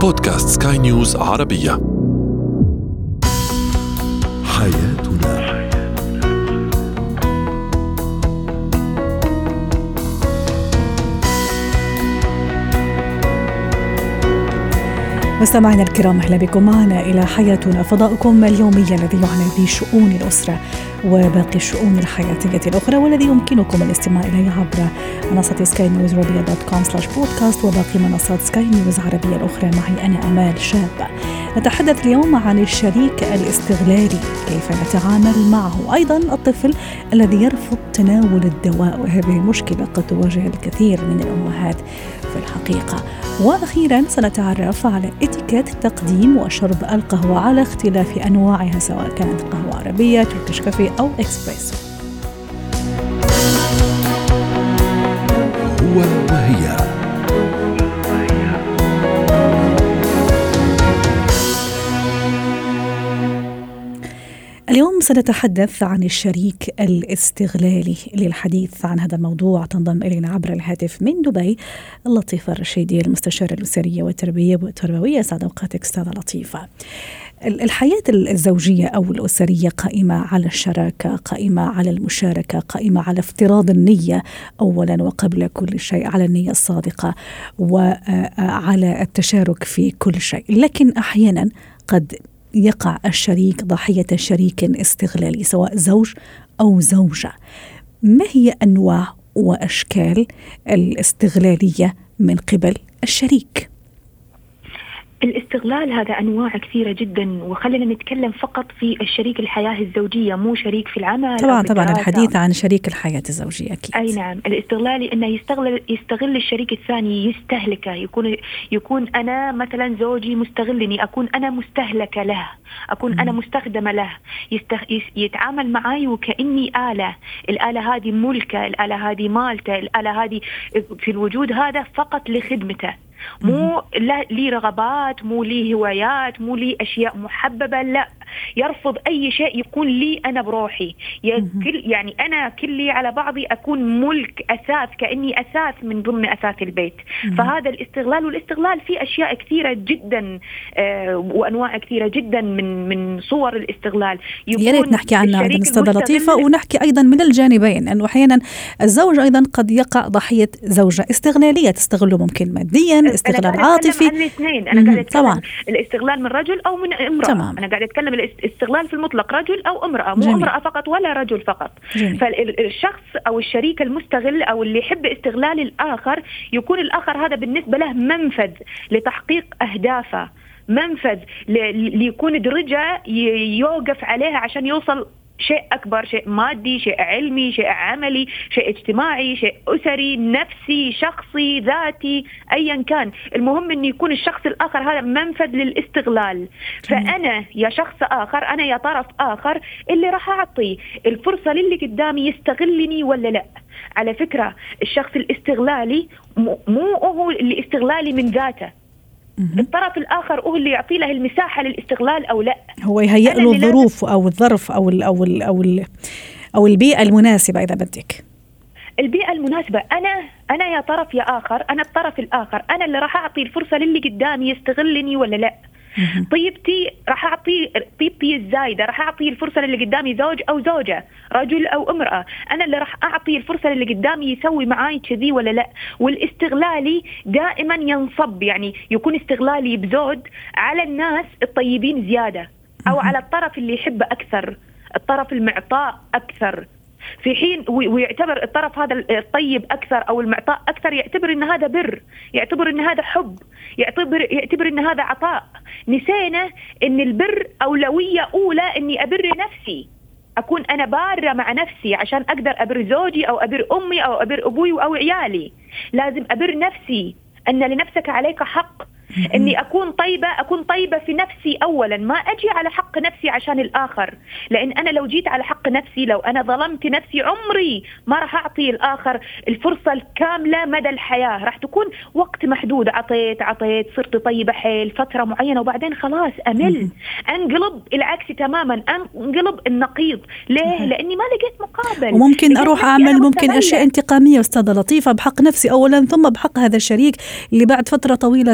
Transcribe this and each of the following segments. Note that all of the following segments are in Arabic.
بودكاست سكاي نيوز عربية. حياتنا. مستمعينا الكرام، أهلا بكم معنا إلى حياتنا، فضاؤكم اليومي الذي يعنى بشؤون الأسرة وباقي الشؤون الحياتية الأخرى، والذي يمكنكم الاستماع إليه عبر منصة skynewsarabia.com/podcast وباقي منصات سكاي نيوز عربية الأخرى. معي أنا أمال شاب. نتحدث اليوم عن الشريك الاستغلالي، كيف نتعامل معه، أيضا الطفل الذي يرفض تناول الدواء، وهذه المشكلة قد تواجه الكثير من الأمهات في الحقيقة. وأخيرا سنتعرف على اتيكيت تقديم وشرب القهوة على اختلاف أنواعها، سواء كانت قهوة عربية، تركيش كافي أو إكسبريسو. هو وهي. اليوم سنتحدث عن الشريك الاستغلالي. للحديث عن هذا الموضوع تنضم إلينا عبر الهاتف من دبي اللطيفة الرشيدي، المستشارة الأسرية والتربوية. سعد أوقاتك أستاذة لطيفة. الحياة الزوجية أو الأسرية قائمة على الشراكة، قائمة على المشاركة، قائمة على افتراض النية أولا وقبل كل شيء، على النية الصادقة وعلى التشارك في كل شيء. لكن أحيانا قد يقع الشريك ضحية شريك استغلالي، سواء زوج أو زوجة. ما هي أنواع وأشكال الاستغلالية من قبل الشريك؟ الاستغلال هذا أنواع كثيرة جدا، وخلينا نتكلم فقط في الشريك الحياة الزوجية، مو شريك في العمل. طبعا الحديث عن شريك الحياة الزوجية أكيد. أي نعم. الاستغلالي إنه يستغل الشريك الثاني، يستهلكه. يكون أنا مثلا زوجي مستغلني، أكون أنا مستهلكة له، أكون أنا مستخدمة له. يتعامل معي وكأني آلة. الآلة هذه ملكة، الآلة هذه مالته، الآلة هذه في الوجود هذا فقط لخدمته، مو لي رغبات، مو لي هوايات، مو لي أشياء محببة. لا، يرفض أي شيء يكون لي أنا بروحي. يعني أنا كلي على بعضي، أكون ملك، أساس، كأني أساس من ضمن أساس البيت. فهذا الاستغلال. والاستغلال فيه أشياء كثيرة جدا وأنواع كثيرة جدا من صور الاستغلال. يا ريت نحكي عنها أستاذة لطيفة، ونحكي أيضا من الجانبين، أنه أحيانا الزوج أيضا قد يقع ضحية زوجة استغلالية تستغله، ممكن ماديا، استغلال عاطفي. أنا قاعدة أتكلم الاستغلال من رجل أو من امرأة. تمام. أنا قاعدة أتكلم الاستغلال في المطلق، رجل أو امرأة، مو امرأة فقط ولا رجل فقط. فالشخص أو الشريك المستغل أو اللي يحب استغلال الآخر، يكون الآخر هذا بالنسبة له منفذ لتحقيق أهدافه، منفذ ليكون درجة يوقف عليها عشان يوصل شيء أكبر، شيء مادي، شيء علمي، شيء عملي، شيء اجتماعي، شيء أسري، نفسي، شخصي، ذاتي، أيا كان. المهم أن يكون الشخص الآخر هذا منفذ للاستغلال. فأنا يا شخص آخر، أنا يا طرف آخر، اللي راح أعطي الفرصة للي قدامي يستغلني ولا لا. على فكرة الشخص الاستغلالي مو هو اللي استغلالي من ذاته، الطرف الآخر هو اللي يعطي له المساحة للاستغلال أو لا. هو يهيئ له الظروف أو الظرف أو البيئة المناسبة، إذا بدك البيئة المناسبة. أنا يا طرف يا آخر، أنا الطرف الآخر، أنا اللي راح أعطي الفرصة للي قدامي يستغلني ولا لا. طيبتي راح أعطي طيبتي الزايدة، راح أعطي الفرصة للي قدامي زوج أو زوجة، رجل أو امرأة. أنا اللي راح أعطي الفرصة للي قدامي يسوي معاي كذي ولا لا. والاستغلالي دائما ينصب، يعني يكون استغلالي بزود على الناس الطيبين زيادة، أو على الطرف اللي يحب أكثر، الطرف المعطاء أكثر، في حين ويعتبر الطرف هذا الطيب أكثر أو المعطاء أكثر، يعتبر إن هذا بر، يعتبر إن هذا حب، يعتبر إن هذا عطاء. نسينا إن البر أولوية أولى، إني أبر نفسي، أكون أنا بارة مع نفسي عشان أقدر أبر زوجي أو أبر أمي أو أبر أبوي أو عيالي. لازم أبر نفسي، أن لنفسك عليك حق، إني أكون طيبة في نفسي أولا، ما أجي على حق نفسي عشان الآخر. لأن أنا لو جيت على حق نفسي، لو أنا ظلمت نفسي، عمري ما راح أعطي الآخر الفرصة الكاملة مدى الحياة. راح تكون وقت محدود، عطيت صرت طيبة حيل فترة معينة، وبعدين خلاص أمل، أنقلب العكس تماما، أنقلب النقيض. ليه؟ لأني ما لقيت مقابل. وممكن أروح أعمل ممكن أشياء انتقامية أستاذة لطيفة بحق نفسي أولا، ثم بحق هذا الشريك اللي بعد فترة طويلة زي ما تفضل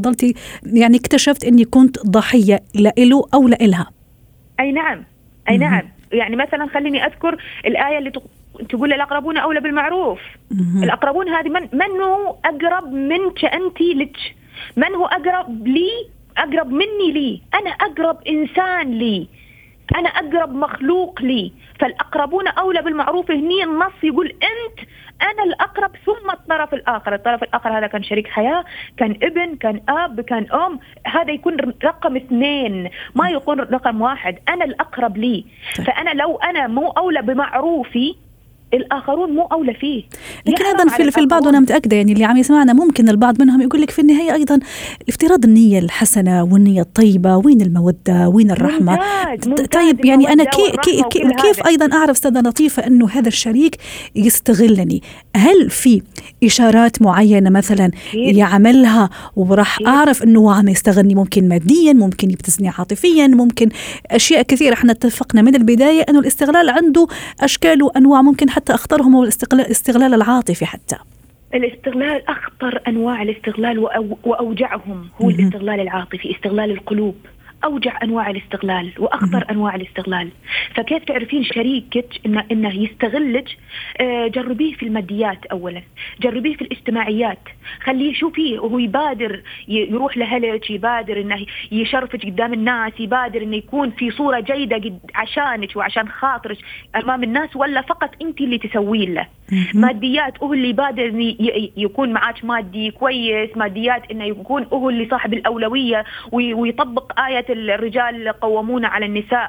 تفضلتي يعني اكتشفت أني كنت ضحية لإله أو لإلها. أي نعم أي نعم. يعني مثلا خليني أذكر الآية اللي تقول الأقربون أولى بالمعروف. الأقربون هذه من هو أقرب منك أنت لك؟ من هو أقرب لي؟ أقرب مني لي، أنا أقرب إنسان لي، أنا أقرب مخلوق لي. فالأقربون أولى بالمعروف، هني النص يقول أنت أنا الأقرب ثم الطرف الآخر. الطرف الآخر هذا كان شريك حياة، كان ابن، كان أب، كان أم، هذا يكون رقم 2 ما يكون رقم 1. أنا الأقرب لي. فأنا لو أنا مو أولى بمعروفي الآخرون مو أولى فيه. لكن أيضا في البعض، وأنا متأكدة يعني اللي عم يسمعنا ممكن البعض منهم يقول لك في النهاية أيضا الافتراض النية الحسنة والنية الطيبة، وين المودة وين الرحمة؟ ممتاز. طيب يعني أنا كيف أيضا أعرف أستاذة لطيفة أنه هذا الشريك يستغلني؟ هل في إشارات معينة مثلا يعملها وراح أعرف أنه هو عم يستغلني؟ ممكن ماديا، ممكن يبتزني عاطفيا، ممكن أشياء كثيرة. احنا اتفقنا من البداية أنه الاستغلال عنده أشكال وأنواع، ممكن حتى أخطرهم هو الاستغلال العاطفي. حتى الاستغلال أخطر أنواع الاستغلال وأوجعهم هو الاستغلال العاطفي، استغلال القلوب. أوجع أنواع الاستغلال وأخطر أنواع الاستغلال. فكيف تعرفين شريكك إنه يستغلك؟ جربيه في الماديات أولا، جربيه في الاجتماعيات، خليه شوفيه وهو يبادر يروح لهلك، يبادر إنه يشرفك قدام الناس، يبادر إنه يكون في صورة جيدة عشانك وعشان خاطرك أمام الناس، ولا فقط أنت اللي تسوين له؟ ماديات، هو اللي يبادر إنه يكون معاك مادي كويس، ماديات إنه يكون هو اللي صاحب الأولوية ويطبق آية الرجال قوامون على النساء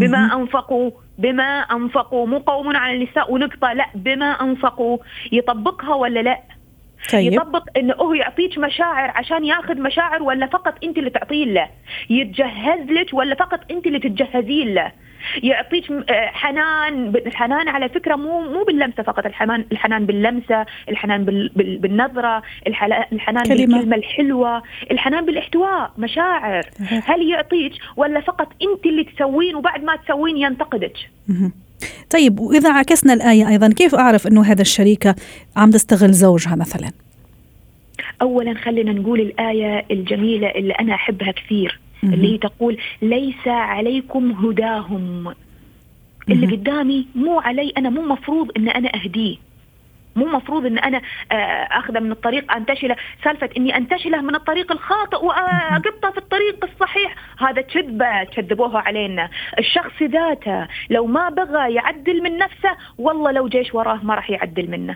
بما أنفقوا مو قوامون على النساء ونقطة، لا، بما أنفقوا. يطبقها ولا لا؟ طيب. يطبق إنه هو يعطيك مشاعر عشان ياخذ مشاعر، ولا فقط أنت اللي تعطيه له؟ يتجهز لك ولا فقط أنت اللي تتجهزين له؟ يعطيك حنان. الحنان على فكرة مو باللمسة فقط، الحنان باللمسة، الحنان بالنظرة، الحنان بالكلمة الحلوة، الحنان بالاحتواء، مشاعر. هل يعطيك ولا فقط أنت اللي تسوين وبعد ما تسوين ينتقدك؟ طيب، وإذا عكسنا الآية أيضا، كيف أعرف أنه هذا الشريكة عم تستغل زوجها مثلا؟ أولا خلينا نقول الآية الجميلة اللي أنا أحبها كثير، اللي هي تقول ليس عليكم هداهم. اللي قدامي مو علي أنا، مو مفروض إن أنا أهديه، مو مفروض إن أنا أخذه من الطريق أنتشله. سالفة إني أنتشله من الطريق الخاطئ وأقبطه في الطريق الصحيح، هذا كذبوها علينا. الشخص ذاته لو ما بغى يعدل من نفسه، والله لو جيش وراه ما راح يعدل منه.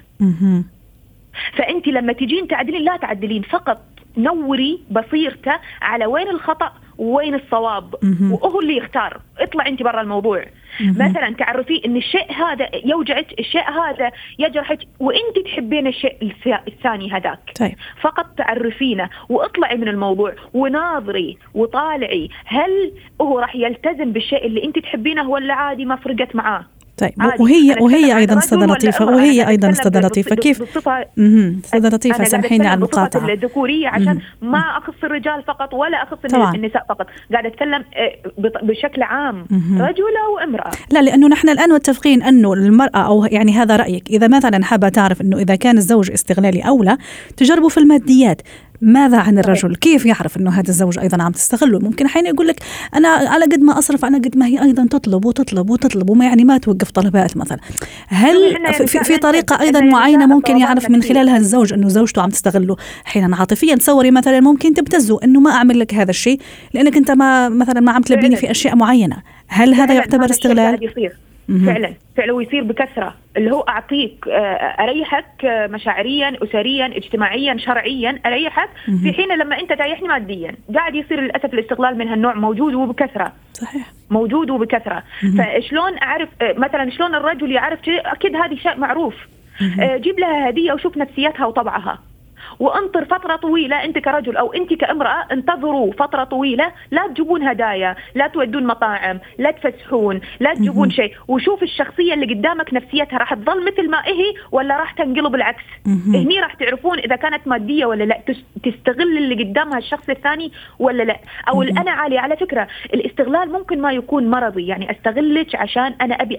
فأنت لما تجين تعدلين، لا تعدلين، فقط نوري بصيرته على وين الخطأ وين الصواب، وهو اللي يختار. اطلع انت برا الموضوع. مثلا تعرفي ان الشيء هذا يوجعك، الشيء هذا يجرحك، وانت تحبين الشيء الثاني هذاك. طيب. فقط تعرفينه واطلعي من الموضوع وناظري وطالعي، هل هو راح يلتزم بالشيء اللي انت تحبينه ولا عادي ما فرقت معاه؟ طيب، وهي أيضا أستاذة لطيفة، وهي أيضا أستاذة لطيفة، كيف أستاذة لطيفة سامحيني على المقاطعة، الذكورية عشان ما أخص الرجال فقط ولا أخص النساء فقط، قاعدة أتكلم بشكل عام، رجل أو امرأة. لا، لأنه نحن الآن متفقين أنه المرأة، أو يعني هذا رأيك، إذا مثلا حابة تعرف أنه إذا كان الزوج استغلالي أو لا، تجربوا في الماديات. ماذا عن الرجل؟ كيف يعرف أنه هذا الزوج أيضا عم تستغله؟ ممكن حين يقول لك أنا على قد ما أصرف، على قد ما هي أيضا تطلب وتطلب وتطلب، وما يعني ما توقف طلبات مثلا. هل في طريقة أيضا معينة ممكن يعرف من خلالها الزوج أنه زوجته عم تستغله حينا عاطفيا؟ تصوري مثلا ممكن تبتزه أنه ما أعمل لك هذا الشيء لأنك أنت مثلا ما عم تلبيني في أشياء معينة. هل هذا يعتبر استغلال؟ فعلا ويصير بكثرة، اللي هو أعطيك أريحك مشاعريا، أسريا، اجتماعيا، شرعيا، أريحك، في حين لما أنت تريحني ماديا. قاعد يصير للأسف الاستغلال من هالنوع موجود وبكثرة. صحيح، موجود وبكثرة. فشلون أعرف مثلا شلون الرجل يعرف؟ أكيد هذه شيء معروف. جيب لها هدية وشوف نفسيتها وطبعها، وانطر فترة طويلة. أنت كرجل أو أنت كامرأة انتظروا فترة طويلة، لا تجيبون هدايا، لا تودون مطاعم، لا تفسحون، لا تجيبون شيء، وشوف الشخصية اللي قدامك نفسيتها راح تظل مثل ما هي ولا راح تنقلب العكس. هني راح تعرفون إذا كانت مادية ولا لا، تستغل اللي قدامها الشخص الثاني ولا لا، أو الأنا عالية. على فكرة الاستغلال ممكن ما يكون مرضي، يعني أستغلك عشان أنا أبي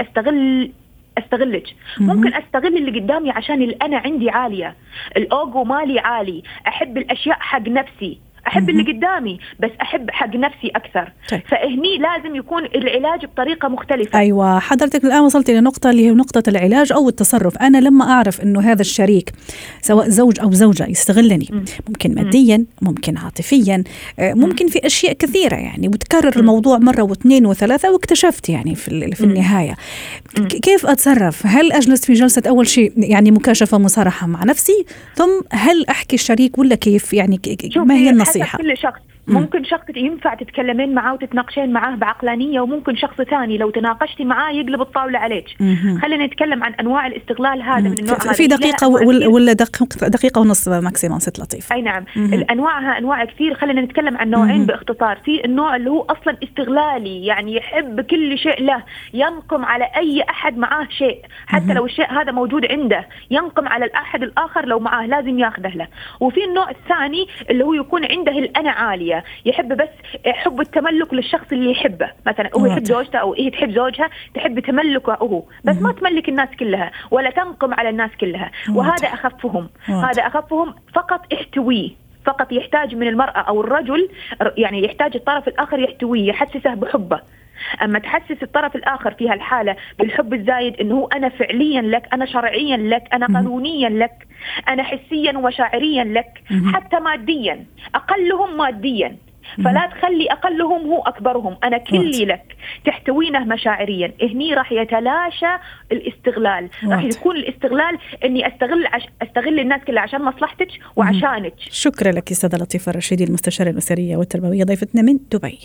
أستغلك. ممكن أستغل اللي قدامي عشان الأنا عندي عالية، الأوجو مالي عالي، أحب الأشياء حق نفسي، أحب اللي قدامي بس أحب حق نفسي أكثر. فهني لازم يكون العلاج بطريقة مختلفة. أيوة، حضرتك الآن وصلت إلى نقطة اللي هي نقطة العلاج أو التصرف. أنا لما أعرف إنه هذا الشريك سواء زوج أو زوجة يستغلني، ممكن ماديا، ممكن عاطفيا، ممكن في أشياء كثيرة يعني، وتكرر الموضوع مرة واثنين وثلاثة واكتشفت يعني في النهاية كيف أتصرف؟ هل أجلس في جلسة أول شيء يعني مكاشفة مصارحة مع نفسي، ثم هل أحكي الشريك ولا كيف يعني ما هي النصيحة؟ كل شخص ممكن شخص ينفع تتكلمين معاه وتتناقشين معاه بعقلانية، وممكن شخص ثاني لو تناقشتي معاه يقلب الطاولة عليك. خلينا نتكلم عن أنواع الاستغلال هذا من النوع في دقيقة ولا دقيقة ونص ماكسيموم ست لطيف. أي نعم. الأنواعها أنواع كثير. خلينا نتكلم عن نوعين باختصار. في النوع اللي هو أصلا استغلالي، يعني يحب كل شيء له، ينقم على أي أحد معاه شيء حتى لو الشيء هذا موجود عنده، ينقم على الأحد الآخر لو معاه لازم ياخذه له. وفي النوع الثاني اللي هو يكون عنده الأنا عالية، يحب بس حب التملك للشخص اللي يحبه. مثلا هو يحب زوجته أو هي تحب زوجها، تحب تملكه هو، بس ما تملك الناس كلها ولا تنقم على الناس كلها. وهذا أخفهم. هذا أخفهم. فقط احتويه، فقط يحتاج من المرأة أو الرجل، يعني يحتاج الطرف الآخر يحتويه، يحسسه بحبه. أما تحسس الطرف الآخر في هالحالة بالحب الزايد، إنه أنا فعليا لك، أنا شرعيا لك، أنا قانونيا لك، أنا حسيا وشاعريا لك، حتى ماديا، أقلهم ماديا. فلا تخلي أقلهم هو أكبرهم، أنا كلي لك، تحتوينه مشاعريا. هني راح يتلاشى الاستغلال. راح يكون الاستغلال إني أستغل الناس كلها عشان مصلحتك وعشانك. شكرا لك أستاذة لطيفة الرشيدي، المستشارة الأسرية والتربوية، ضيفتنا من دبي.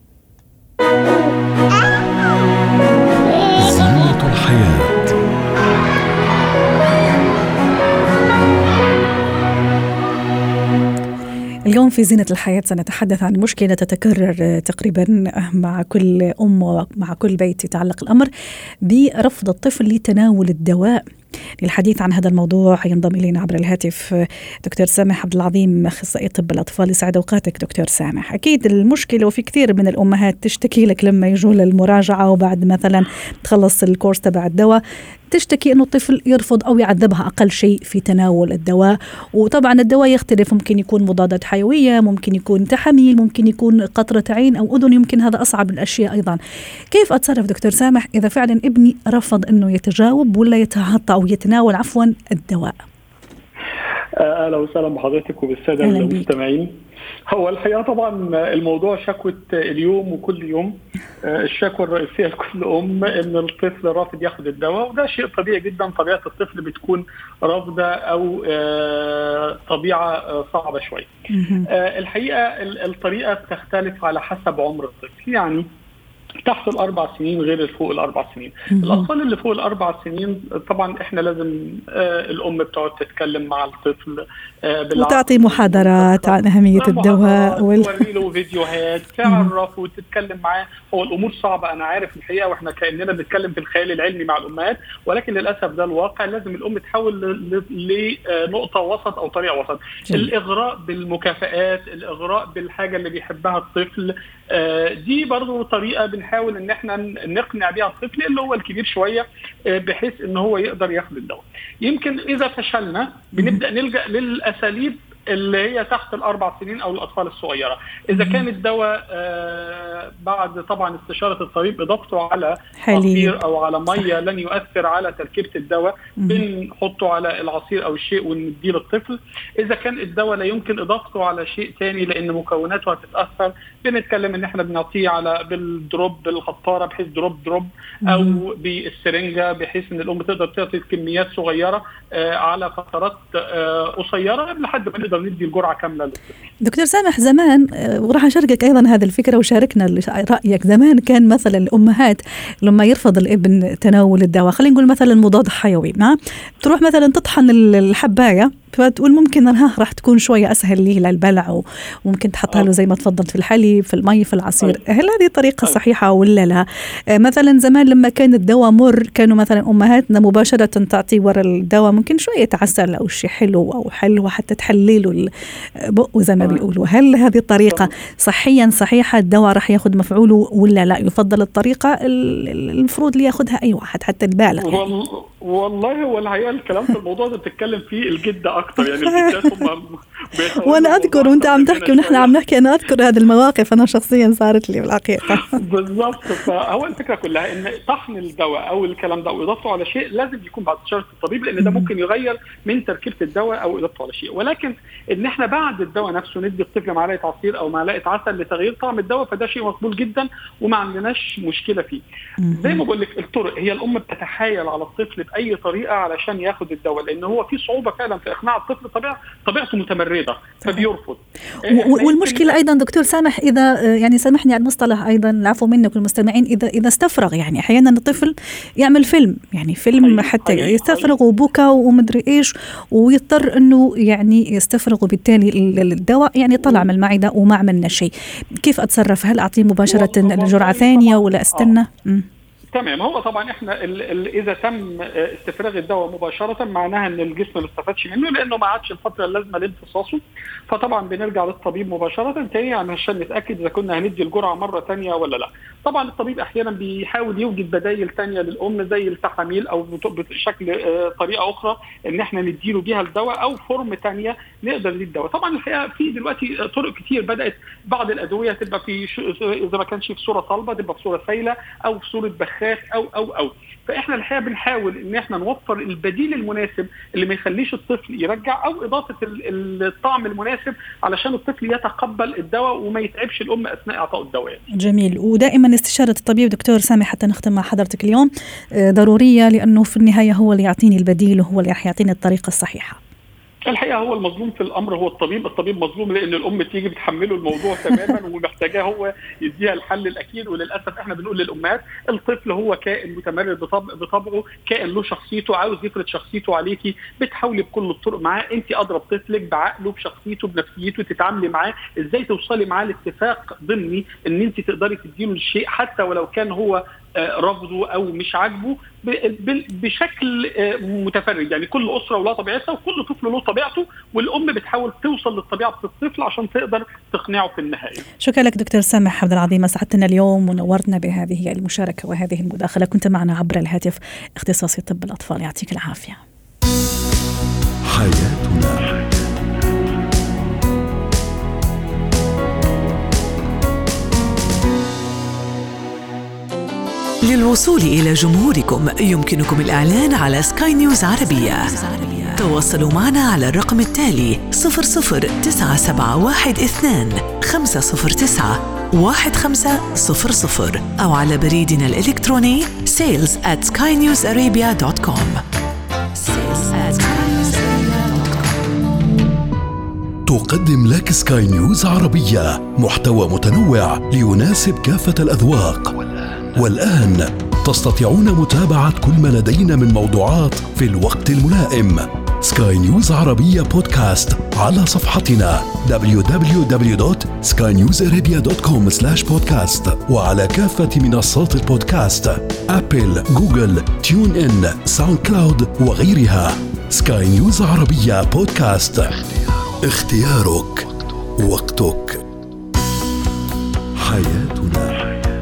زينة الحياة. اليوم في زينة الحياة سنتحدث عن مشكلة تتكرر تقريبا مع كل أم ومع كل بيت يتعلق الأمر برفض الطفل لتناول الدواء. للحديث عن هذا الموضوع ينضم إلينا عبر الهاتف دكتور سامح عبد العظيم، أخصائي طب الأطفال. يسعد أوقاتك دكتور سامح. أكيد المشكلة، وفي كثير من الأمهات تشتكي لك لما يجوا للمراجعة وبعد مثلا تخلص الكورس تبع الدواء، تشتكي أنه الطفل يرفض أو يعذبها أقل شيء في تناول الدواء. وطبعا الدواء يختلف، ممكن يكون مضادات حيوية، ممكن يكون تحاميل، ممكن يكون قطرة عين أو أذن، يمكن هذا أصعب الأشياء أيضا. كيف أتصرف دكتور سامح إذا فعلا ابني رفض أنه يتجاوب ولا يتعاطى أو يتناول الدواء؟ أهلا وسهلا بحضرتك وبالسادة المستمعين. هو الحقيقة طبعا الموضوع شكوى اليوم وكل يوم. الشكوى الرئيسية لكل أم إن الطفل رافض ياخد الدواء، وده شيء طبيعي جدا. طبيعة الطفل بتكون رافضة أو طبيعة صعبة شوي. الحقيقة الطريقة بتختلف على حسب عمر الطفل، يعني تحت ال4 سنين غير اللي فوق ال4 سنين. الأطفال اللي فوق ال4 سنين طبعا احنا لازم الأم بتقعد تتكلم مع الطفل وتعطي محاضرات عن أهمية الدواء وتوري له فيديوهات، تعرف وتتكلم معاه. هو الأمور صعبة أنا عارف الحقيقة، وإحنا كأننا بنتكلم في الخيال العلمي مع الأمهات، ولكن للأسف ده الواقع. لازم الأم تحاول لنقطة وسط أو طريقة وسط. الإغراء بالمكافآت، الإغراء بالحاجة اللي بيحبها الطفل، دي برضو طريقة بنحاول ان احنا نقنع بيها الطفل اللي هو الكبير شوية، بحيث ان هو يقدر ياخد الدواء. يمكن اذا فشلنا بنبدأ نلجأ للأساليب اللي هي تحت ال4 سنين او الاطفال الصغيرة. اذا كان الدواء بعد طبعا استشارة الطبيب اضافته على عصير او على مية لن يؤثر على تركيبة الدواء، بنحطه على العصير او الشيء ونديه للطفل. اذا كان الدواء لا يمكن اضافته على شيء تاني لان مكوناته هتتأثر، بنتكلم ان احنا بنعطيه على بالدروب بالخطارة، بحيث دروب او بالسرنجة، بحيث ان الام تقدر تعطي كميات صغيرة على فترات قصيرة لحد ما نقدر ندي الجرعة كاملة للطفل. دكتور سامح، زمان وراح أشاركك أيضا هذه الفكرة وشاركنا رأيك، زمان كان مثلا الأمهات لما يرفض الابن تناول الدواء، خلينا نقول مثلا مضاد حيوي، تروح مثلا تطحن الحباية، فتقول ممكن راح تكون شوية أسهل ليه للبلع، وممكن تحطها له زي ما تفضلت في الحليب في المي في العصير. هل هذه طريقة صحيحة ولا لا؟ مثلا زمان لما كان الدواء مر كانوا مثلا أمهاتنا مباشرة تعطي ورا الدواء ممكن شوية عسل أو شيء حلو أو حلوة حتى تحليله البق زي ما بيقولوا. هل هذه الطريقة صحيا صحيحة؟ الدواء راح ياخد مفعوله ولا لا؟ يفضل الطريقة المفروض لي ياخدها أي واحد حتى البالغ. والله هو الحقيقه الكلام في الموضوع ده بتتكلم فيه الجده اكتر، يعني الجدات هم وانا اذكر وانت عم تحكي ونحن عم نحكي، انا اذكر هذه المواقف انا شخصيا صارت لي بالحقيقه. بالضبط. فهو الفكره كلها ان طحن الدواء او الكلام ده واضافته على شيء لازم يكون بعد استشاره الطبيب، لان ده ممكن يغير من تركيبه الدواء او اضافته على شيء. ولكن ان احنا بعد الدواء نفسه ندي الطفل معلقه عصير او معلقه عسل لتغيير طعم الدواء، فده شيء مقبول جدا وما عندناش مشكله فيه. زي ما بقول لك الطرق، هي الام بتتحايل على الطفل باي طريقه علشان ياخد الدواء، لان هو في صعوبه فعلا في اقناع الطفل، طبيعته متمرده فبيرفض. والمشكله ايضا دكتور سامح، اذا يعني سامحني على المصطلح ايضا، العفو منك المستمعين، اذا استفرغ، يعني احيانا الطفل يعمل فيلم، يعني فيلم حتى يستفرغ وبكى ومدري ايش، ويضطر انه يعني يستفرغ، وبالتالي الدواء يعني طلع من المعده وما عملنا شيء. كيف اتصرف؟ هل اعطيه مباشره جرعه ثانيه ولا استنى؟ تمام. هو طبعا احنا اذا تم استفراغ الدواء مباشره معناها ان الجسم ما استفادش منه، لانه ما عادش الفتره اللازمه لامتصاصه، فطبعا بنرجع للطبيب مباشره تاني عشان نتاكد اذا كنا هندي الجرعه مره ثانيه ولا لا. طبعا الطبيب احيانا بيحاول يوجد بدائل ثانيه للام زي التحاميل او بشكل طريقه اخرى ان احنا نديله بيها الدواء، او فورم ثانيه نقدر ندي الدواء. طبعا الحقيقه في دلوقتي طرق كتير بدات، بعض الادويه تبقى في اذا ما كانش في صوره صلبه تبقى في صوره سائله او في صوره بخاخ او فاحنا الحقيقه بنحاول ان احنا نوفر البديل المناسب اللي ما يخليش الطفل يرجع، او اضافه الطعم المناسب علشان الطفل يتقبل الدواء وما يتعبش الام اثناء اعطاء الدواء. جميل. ودائما استشاره الطبيب دكتور سامح حتى نختم مع حضرتك اليوم ضروريه، لانه في النهايه هو اللي يعطيني البديل وهو اللي راح يعطيني الطريقه الصحيحه. الحقيقه هو المظلوم في الامر هو الطبيب مظلوم، لان الام تيجي بتحمله الموضوع تماما ومحتاجاه هو يديها الحل الاكيد. وللاسف احنا بنقول للامهات الطفل هو كائن متمرد بطبعه، كائن له شخصيته، عاوز يفرض شخصيته عليكي، بتحاولي بكل الطرق معاه. انت اضرب طفلك بعقله بشخصيته بنفسيته، تتعاملي معاه ازاي، توصلي معاه لاتفاق ضمني ان انت تقدري تديله الشيء حتى ولو كان هو رفضه او مش عاجبه بشكل متفرج. يعني كل اسره ولها طبيعتها وكل طفل له طبيعته، والام بتحاول توصل للطبيعه الطفل عشان تقدر تقنعه في النهايه. شكرا لك دكتور سامح عبد العظيم، اسعدتنا اليوم ونورتنا بهذه المشاركه وهذه المداخله. كنت معنا عبر الهاتف اختصاصي طب الاطفال، يعطيك العافيه. حياتنا. للوصول إلى جمهوركم يمكنكم الإعلان على سكاي نيوز عربية. تواصلوا معنا على الرقم التالي 00971 509 1500 أو على بريدنا الإلكتروني sales@skynewsarabia.com. تقدم لك سكاي نيوز عربية محتوى متنوع ليناسب كافة الأذواق. والآن تستطيعون متابعة كل ما لدينا من موضوعات في الوقت الملائم. سكاي نيوز عربية بودكاست على صفحتنا www.skynewsarabia.com/podcast وعلى كافة منصات البودكاست أبل، جوجل، تيون إن، ساوند كلاود وغيرها. سكاي نيوز عربية بودكاست، اختيارك وقتك. حياتنا.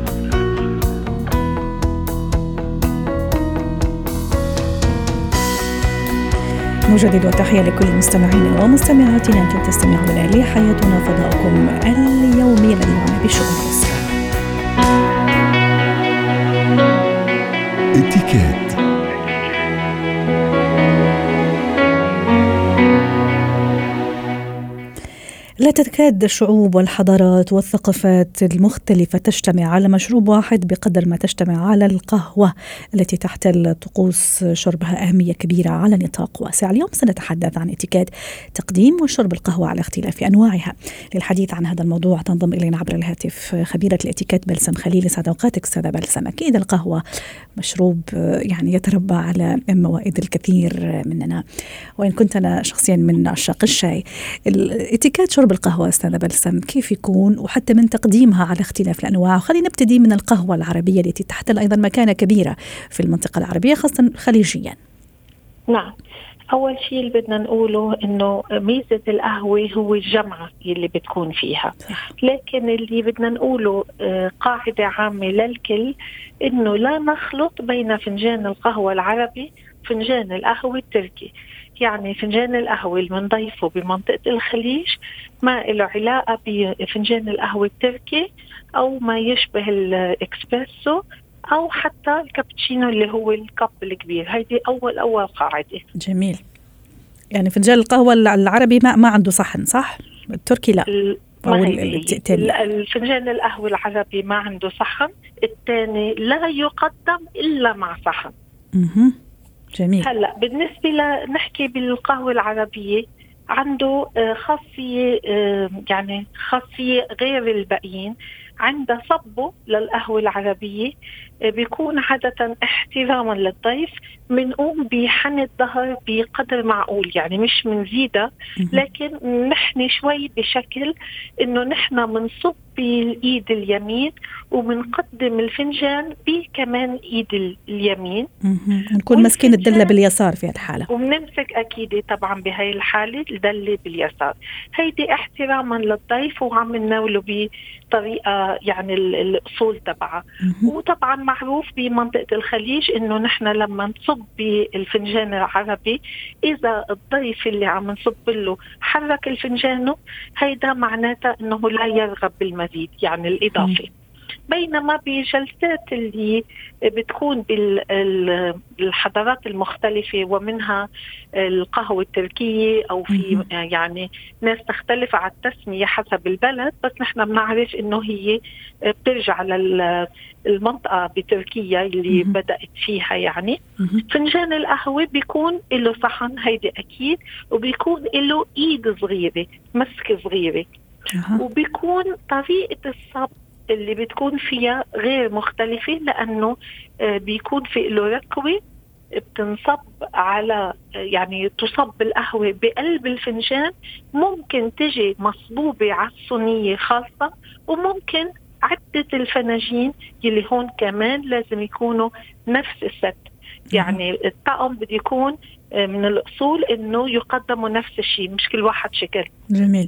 مجدد وتحية لكل مستمعينا ومستمعاتنا، أنتم تستمعون لحياتنا، فضاؤكم اليومي الذي يعنى بشؤون الأسرة. اتيكيت. لا تكاد الشعوب والحضارات والثقافات المختلفة تجتمع على مشروب واحد بقدر ما تجتمع على القهوة التي تحتل طقوس شربها أهمية كبيرة على نطاق واسع. اليوم سنتحدث عن اتيكيت تقديم وشرب القهوة على اختلاف أنواعها. للحديث عن هذا الموضوع تنضم إلينا عبر الهاتف خبيرة الاتيكيت بلسم خليل. سعد أوقاتك أستاذة بلسم. أكيد القهوة مشروب يعني يتربى على موائد الكثير مننا، وإن كنت أنا شخصيا من عشاق الشاي. الاتيكيت شرب القهوة أستاذة بلسم كيف يكون، وحتى من تقديمها على اختلاف الأنواع؟ وخلينا نبتدي من القهوة العربية التي تحتل أيضا مكانة كبيرة في المنطقة العربية خاصة خليجيا. نعم، أول شيء اللي بدنا نقوله إنه ميزة القهوة هو الجمعة اللي بتكون فيها، لكن اللي بدنا نقوله قاعدة عامة للكل إنه لا نخلط بين فنجان القهوة العربي فنجان القهوة التركي. يعني فنجان القهوة اللي بنضيفه بمنطقة الخليج ما له علاقة بفنجان القهوة التركي أو ما يشبه الإكسبرسو أو حتى الكابتشينو اللي هو الكب الكبير. هذه أول قاعدة. جميل. يعني فنجان القهوة العربي ما عنده صحن، صح؟ التركي لا. الفنجان القهوة العربي ما عنده صحن، الثاني لا يقدم إلا مع صحن. جميل. هلا بالنسبة لنحكي بالقهوة العربية عنده خاصية، يعني خاصية غير الباقيين. عند صبه للقهوة العربية بيكون عادة احتراما للضيف بنقوم بحن الظهر بقدر معقول، يعني مش منزيدة، لكن نحن شوي بشكل انه نحن منصب بالايد اليمين وبنقدم الفنجان بكمان ايد اليمين، ونكون ماسكين الدلة باليسار في الحالة، وبنمسك اكيد طبعا بهاي الحالة الدلة باليسار. هيدي احتراما للضيف وعم نناوله بطريقة يعني الاصول تبعها. وطبعا معروف بمنطقة الخليج انه نحن لما نصب بالفنجان العربي اذا الضيف اللي عم نصب له حرك الفنجانه هيدا معناته انه لا يرغب بالمزيد، يعني الاضافه. بينما بجلسات اللي بتكون بالحضارات المختلفة ومنها القهوة التركية أو في يعني ناس تختلف على التسمية حسب البلد، بس نحن بنعرف إنه هي بترجع للمنطقة بتركيا اللي بدأت فيها. يعني فنجان القهوة بيكون له صحن، هيدي أكيد، وبيكون له إيد صغيرة، مسكة صغيرة، وبيكون طريقة الصب اللي بتكون فيها غير مختلفة، لأنه بيكون في له ركوة بتنصب على، يعني تصب القهوة بقلب الفنجان، ممكن تجي مصبوبة على الصينية خاصة، وممكن عدة الفناجين اللي هون كمان لازم يكونوا نفس الست. يعني الطقم بده يكون من الأصول إنه يقدموا نفس الشيء، مش كل واحد شكل. جميل.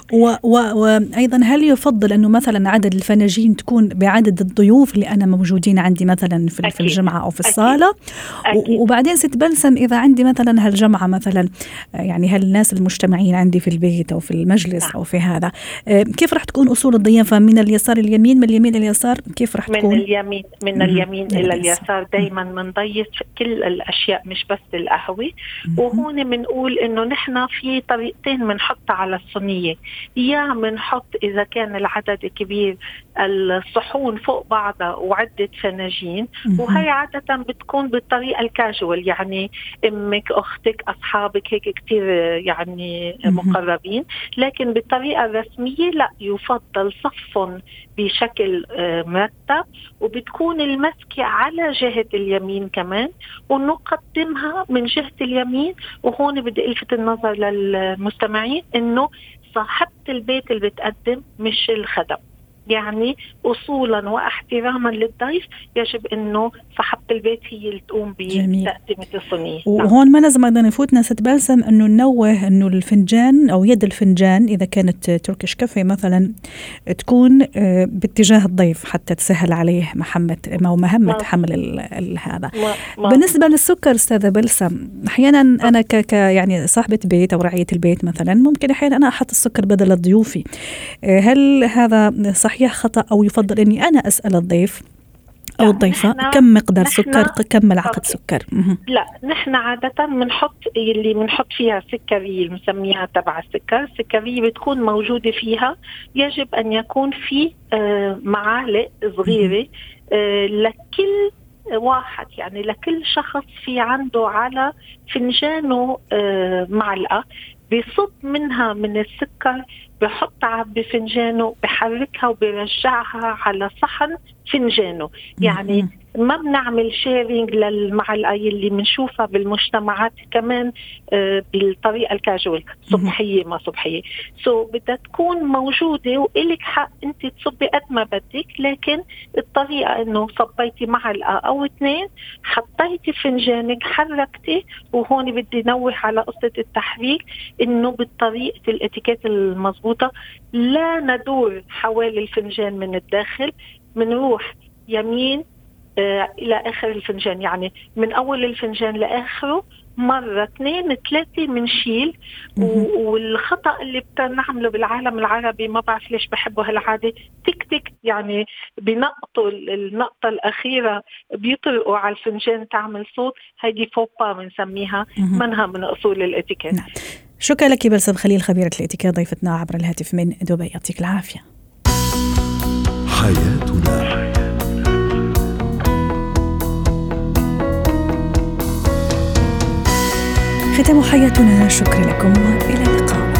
وأيضا هل يفضل أنه مثلا عدد الفناجين تكون بعدد الضيوف اللي أنا موجودين عندي مثلا في الجمعة أو في الصالة؟ أكيد. وبعدين ست بلسم إذا عندي مثلا هالجمعة مثلا، يعني هالناس المجتمعين عندي في البيت أو في المجلس أو في هذا، كيف رح تكون أصول الضيافة؟ من اليسار اليمين، من اليمين اليسار، كيف رح تكون؟ من اليمين إلى اليسار. دايما منضيف كل الأشياء مش بس القهوة. وهون منقول إنه نحن في طريقتين منحطها على الصينية، يا منحط إذا كان العدد كبير الصحون فوق بعضها وعدة فناجين، وهي عادة بتكون بالطريقة الكاجوال، يعني أمك أختك أصحابك هيك كتير يعني مقربين. لكن بالطريقة الرسمية لا، يفضل صف بشكل مرتب، وبتكون المسكة على جهة اليمين كمان، ونقدمها من جهة اليمين. وهون بدي ألفت النظر للمستمعين إنه صاحبة البيت اللي بتقدم مش الخدم، يعني أصولا واحتراما للضيف يجب أنه صاحبة البيت هي اللي تقوم بتقديمة الصينية. وهون ما لازم أيضا يفوتنا ست بلسم أنه ننوه أنه الفنجان أو يد الفنجان إذا كانت تركيش كافيه مثلا تكون باتجاه الضيف حتى تسهل عليه مهمة حمل هذا. بالنسبة للسكر أستاذة بلسم، أحيانا أنا يعني صاحبة بيت أو رعية البيت مثلا ممكن أحيانا أنا أحط السكر بدل ضيوفي، هل هذا صحيح خطأ؟ أو يفضل أني أنا أسأل الضيف أو الضيفة كم مقدار سكر، كم ملعقة سكر؟ لا، نحن عادة بنحط فيها سكرية المسميها تبع السكرية بتكون موجودة فيها. يجب أن يكون في معالق صغيرة لكل واحد، يعني لكل شخص في عنده على فنجانه معلقة، بيصب منها من السكر، بحطها بفنجانه، بحركها وبرجعها على صحن فنجانه. يعني ما بنعمل شيرينج للمعلقة اللي بنشوفها بالمجتمعات كمان بالطريقة الكاجوال، صبحية ما صبحية. بدها تكون موجودة، وإلك حق أنت تصبي قد ما بدك، لكن الطريقة إنه صبيتي معلقة أو 2، حطيتي فنجانك، حركتي. وهون بدي نوه على قصة التحريك، إنه بالطريقة الاتيكيت المضبوطة لا ندور حوالي الفنجان من الداخل، منروح يمين إلى آخر الفنجان، يعني من أول الفنجان لآخره مرة 2 3 منشيل. والخطأ اللي بنعمله بالعالم العربي ما بعرف ليش بحبوا هالعادة، تك تك، يعني بنقطوا النقطة الأخيرة بيطرقوا على الفنجان تعمل صوت. هيدي فوبا بنسميها، منها من أصول الاتيكيت. نعم. شكرا لك بلسم خليل، خبيرة الاتيكيت، ضيفتنا عبر الهاتف من دبي. يعطيك العافية. حياتنا. ختام حياتنا، شكرا لكم وإلى اللقاء.